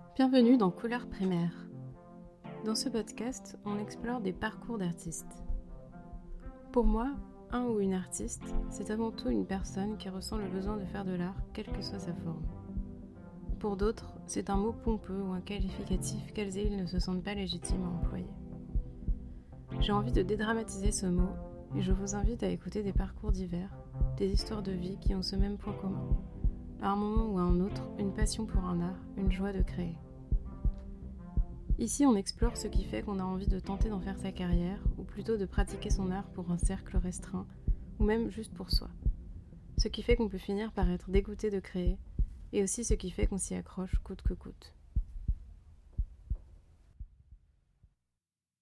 Bienvenue dans Couleurs primaires. Dans ce podcast, on explore des parcours d'artistes. Pour moi, un ou une artiste, c'est avant tout une personne qui ressent le besoin de faire de l'art, quelle que soit sa forme. Pour d'autres, c'est un mot pompeux ou un qualificatif qu'elles et ils ne se sentent pas légitimes à employer. J'ai envie de dédramatiser ce mot et je vous invite à écouter des parcours divers, des histoires de vie qui ont ce même point commun. À un moment ou à un autre, une passion pour un art, une joie de créer. Ici, on explore ce qui fait qu'on a envie de tenter d'en faire sa carrière, ou plutôt de pratiquer son art pour un cercle restreint, ou même juste pour soi. Ce qui fait qu'on peut finir par être dégoûté de créer, et aussi ce qui fait qu'on s'y accroche coûte que coûte.